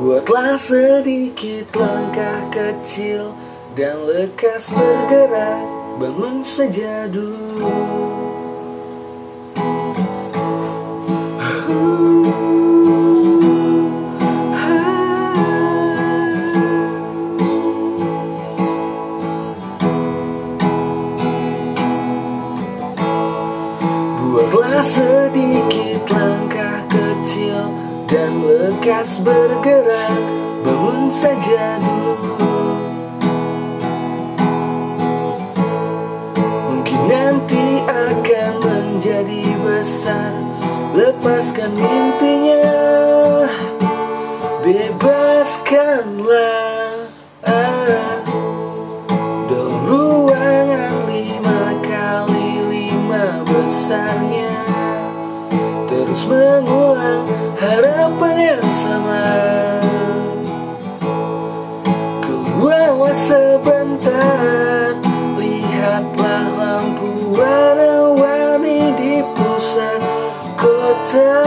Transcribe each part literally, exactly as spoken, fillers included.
Buatlah sedikit langkah kecil dan lekas bergerak, bangun saja dulu. Buatlah sedikit langkah kecil dan lekas bergerak, bangun saja dulu. Mungkin nanti akan menjadi besar, lepaskan mimpinya, bebaskanlah ah, dalam ruangan lima kali lima besarnya. Terus mengulang harapan yang sama. Keluarlah sebentar, lihatlah lampu warna-warni di pusat kota.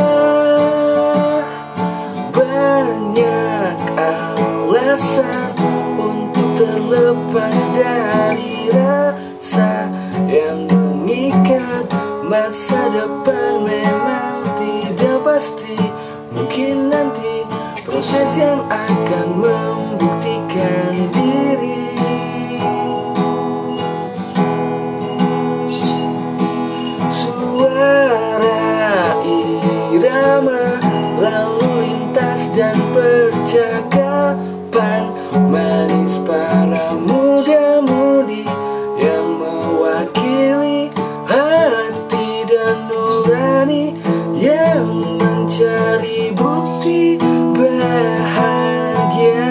Banyak alasan untuk terlepas dari rasa yang mengikat. Masa depan memang tidak pasti, mungkin nanti proses yang akan membuktikan diri. Suara irama lalu lintas dan percakapan manis para muda-mudi yang mewakili hati dan nurani yang mencari bukti bahagia.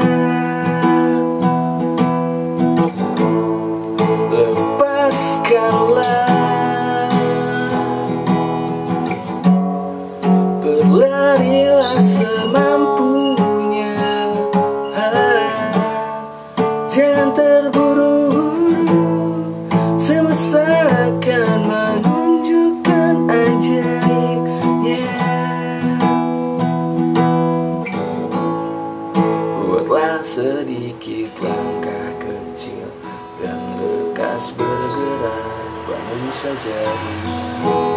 Lepaskanlah, berlarilah semampunya, jangan terburu-buru, semesta akan menunjukkan ajaibnya. Buatlah sedikit langkah kecil dan lekas bergerak, bangun saja dulu.